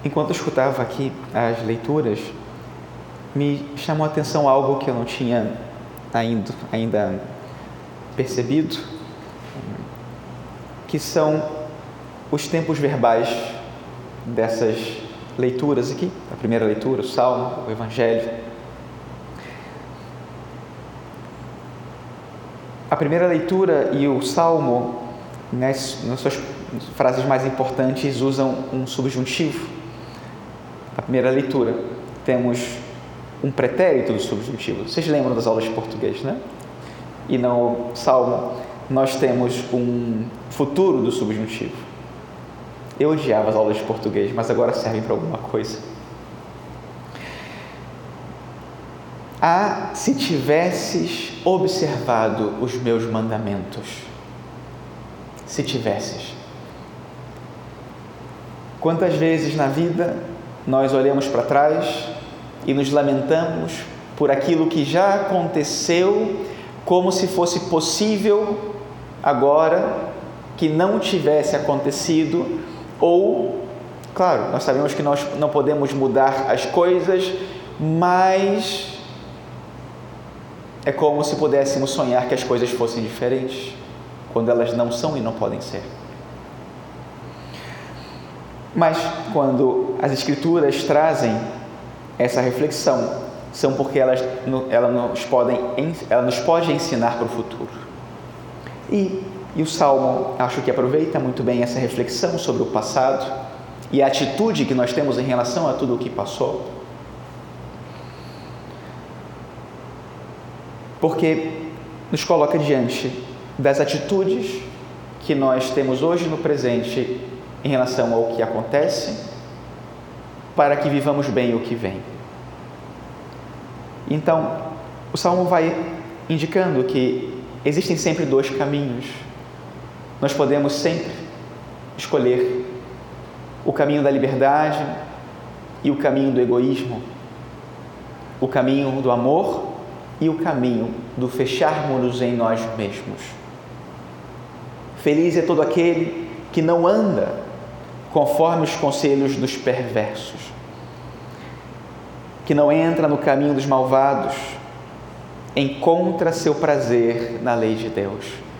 Enquanto eu escutava aqui as leituras, me chamou a atenção algo que eu não tinha ainda percebido, que são os tempos verbais dessas leituras aqui, a primeira leitura, o Salmo, o Evangelho. A primeira leitura e o Salmo, nas suas frases mais importantes, usam um subjuntivo. A primeira leitura, temos um pretérito do subjuntivo. Vocês lembram das aulas de português, né? E no Salmo, nós temos um futuro do subjuntivo. Eu odiava as aulas de português, mas agora servem para alguma coisa. Se tivesses observado os meus mandamentos. Se tivesses. Quantas vezes na vida nós olhamos para trás e nos lamentamos por aquilo que já aconteceu, como se fosse possível agora que não tivesse acontecido, ou, claro, nós sabemos que nós não podemos mudar as coisas, mas é como se pudéssemos sonhar que as coisas fossem diferentes, quando elas não são e não podem ser. Mas quando as Escrituras trazem essa reflexão, são porque ela nos pode ensinar para o futuro. E o Salmo, acho que aproveita muito bem essa reflexão sobre o passado e a atitude que nós temos em relação a tudo o que passou. Porque nos coloca diante das atitudes que nós temos hoje no presente em relação ao que acontece, para que vivamos bem o que vem. Então, o Salmo vai indicando que existem sempre dois caminhos. Nós podemos sempre escolher o caminho da liberdade e o caminho do egoísmo, o caminho do amor e o caminho do fecharmos-nos em nós mesmos. Feliz é todo aquele que não anda conforme os conselhos dos perversos, que não entra no caminho dos malvados, encontra seu prazer na lei de Deus.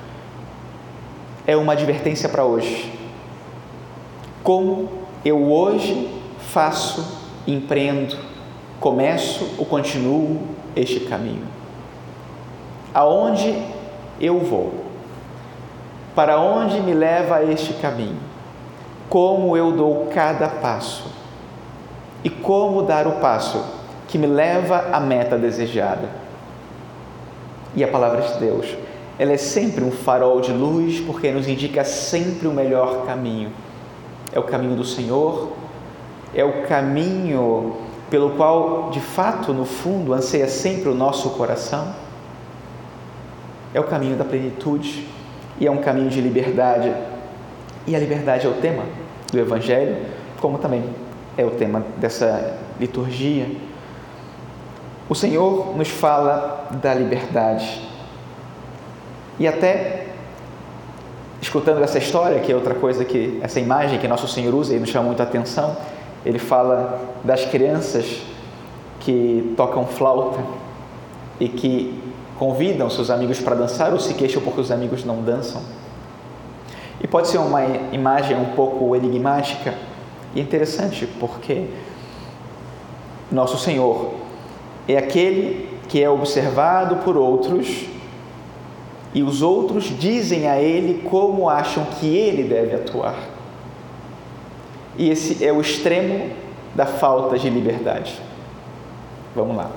É uma advertência para hoje. Como eu hoje faço, empreendo, começo ou continuo este caminho? Aonde eu vou? Para onde me leva este caminho? Como eu dou cada passo? E como dar o passo que me leva à meta desejada? E a palavra de Deus, ela é sempre um farol de luz, porque nos indica sempre o melhor caminho. É o caminho do Senhor, é o caminho pelo qual, de fato, no fundo, anseia sempre o nosso coração. É o caminho da plenitude e é um caminho de liberdade. E a liberdade é o tema do Evangelho, como também é o tema dessa liturgia. O Senhor nos fala da liberdade. E até, escutando essa história, que é outra coisa que, essa imagem que Nosso Senhor usa e nos chama muito a atenção, ele fala das crianças que tocam flauta e que convidam seus amigos para dançar ou se queixam porque os amigos não dançam. E pode ser uma imagem um pouco enigmática e interessante, porque Nosso Senhor é aquele que é observado por outros e os outros dizem a Ele como acham que Ele deve atuar. E esse é o extremo da falta de liberdade. Vamos lá.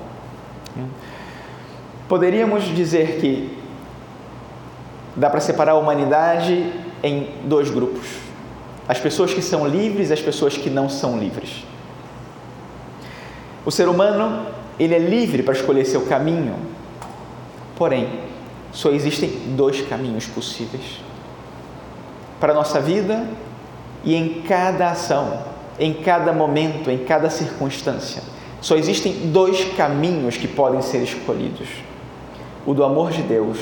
Poderíamos dizer que dá para separar a humanidade em dois grupos: as pessoas que são livres e as pessoas que não são livres. O ser humano, ele é livre para escolher seu caminho, porém, só existem dois caminhos possíveis para a nossa vida e em cada ação, em cada momento, em cada circunstância. Só existem dois caminhos que podem ser escolhidos: o do amor de Deus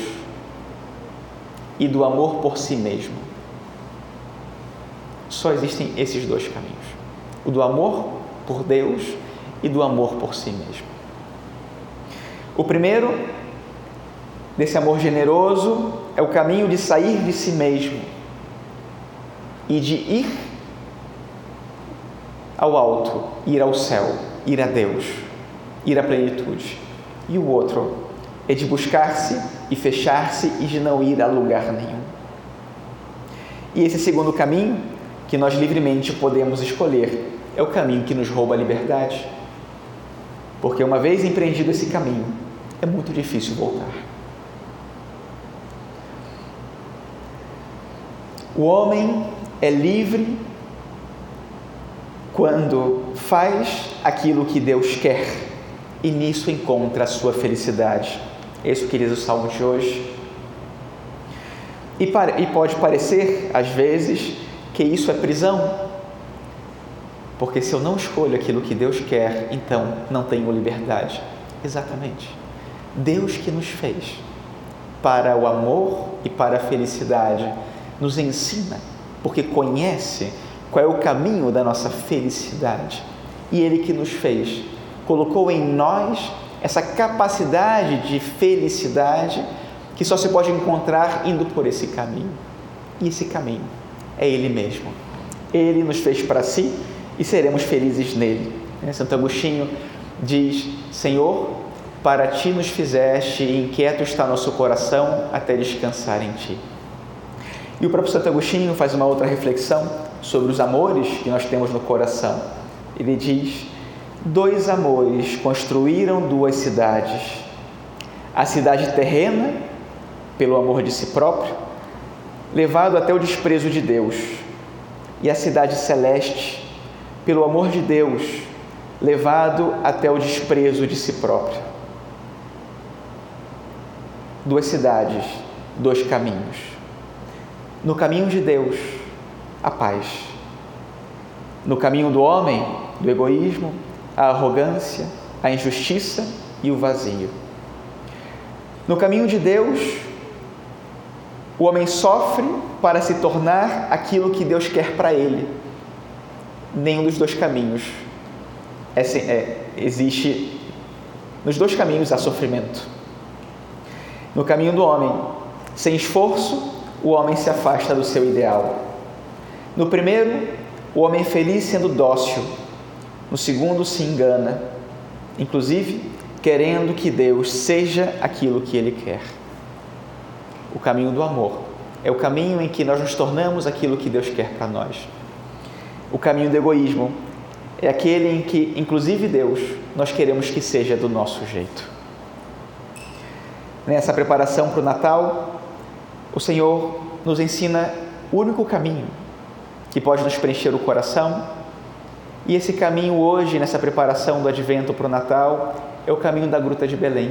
e do amor por si mesmo. Só existem esses dois caminhos. o do amor por Deus e do amor por si mesmo. O primeiro, desse amor generoso, é o caminho de sair de si mesmo e de ir ao alto, ir ao céu, ir a Deus, ir à plenitude. E o outro é de buscar-se e fechar-se e de não ir a lugar nenhum. E esse segundo caminho, que nós livremente podemos escolher, é o caminho que nos rouba a liberdade. Porque uma vez empreendido esse caminho, é muito difícil voltar. O homem é livre quando faz aquilo que Deus quer e nisso encontra a sua felicidade. É isso que diz o Salmo de hoje. E pode parecer, às vezes, que isso é prisão, porque se eu não escolho aquilo que Deus quer, então não tenho liberdade. Exatamente. Deus que nos fez para o amor e para a felicidade nos ensina, porque conhece qual é o caminho da nossa felicidade. E Ele que nos fez, colocou em nós essa capacidade de felicidade que só se pode encontrar indo por esse caminho. E esse caminho é Ele mesmo. Ele nos fez para si e seremos felizes nele. Santo Agostinho diz: Senhor, para Ti nos fizeste e inquieto está nosso coração até descansar em Ti. E o próprio Santo Agostinho faz uma outra reflexão sobre os amores que nós temos no coração. Ele diz: 2 amores construíram 2 cidades. A cidade terrena, pelo amor de si próprio, levado até o desprezo de Deus, e a cidade celeste, pelo amor de Deus, levado até o desprezo de si próprio. 2 cidades, 2 caminhos. No caminho de Deus, a paz. No caminho do homem, do egoísmo, a arrogância, a injustiça e o vazio. No caminho de Deus, o homem sofre para se tornar aquilo que Deus quer para ele. Nenhum dos 2 caminhos existe. Nos 2 caminhos há sofrimento. No caminho do homem, sem esforço, o homem se afasta do seu ideal. No primeiro, o homem é feliz sendo dócil. No segundo, se engana, inclusive querendo que Deus seja aquilo que Ele quer. O caminho do amor é o caminho em que nós nos tornamos aquilo que Deus quer para nós. O caminho do egoísmo é aquele em que, inclusive Deus, nós queremos que seja do nosso jeito. Nessa preparação para o Natal, o Senhor nos ensina o único caminho que pode nos preencher o coração. E esse caminho hoje, nessa preparação do Advento para o Natal, é o caminho da Gruta de Belém.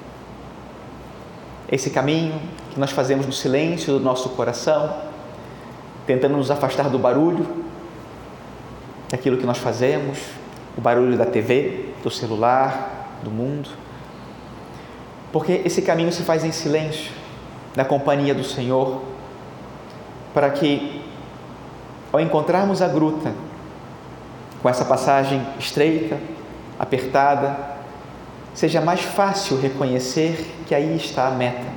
Esse caminho que nós fazemos no silêncio do nosso coração, tentando nos afastar do barulho, daquilo que nós fazemos, o barulho da TV, do celular, do mundo. Porque esse caminho se faz em silêncio, na companhia do Senhor, para que, ao encontrarmos a gruta, com essa passagem estreita, apertada, seja mais fácil reconhecer que aí está a meta.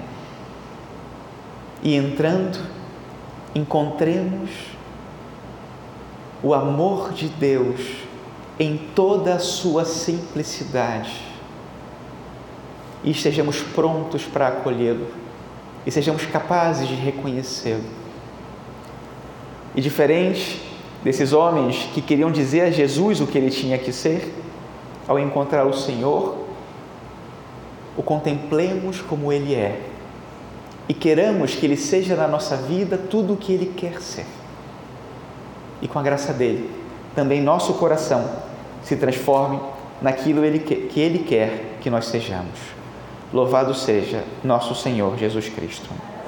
E entrando, encontremos o amor de Deus em toda a sua simplicidade e estejamos prontos para acolhê-lo e sejamos capazes de reconhecê-lo. E diferente desses homens que queriam dizer a Jesus o que ele tinha que ser, ao encontrar o Senhor, o contemplemos como Ele é e queramos que Ele seja na nossa vida tudo o que Ele quer ser. E com a graça dEle, também nosso coração se transforme naquilo que Ele quer que nós sejamos. Louvado seja nosso Senhor Jesus Cristo.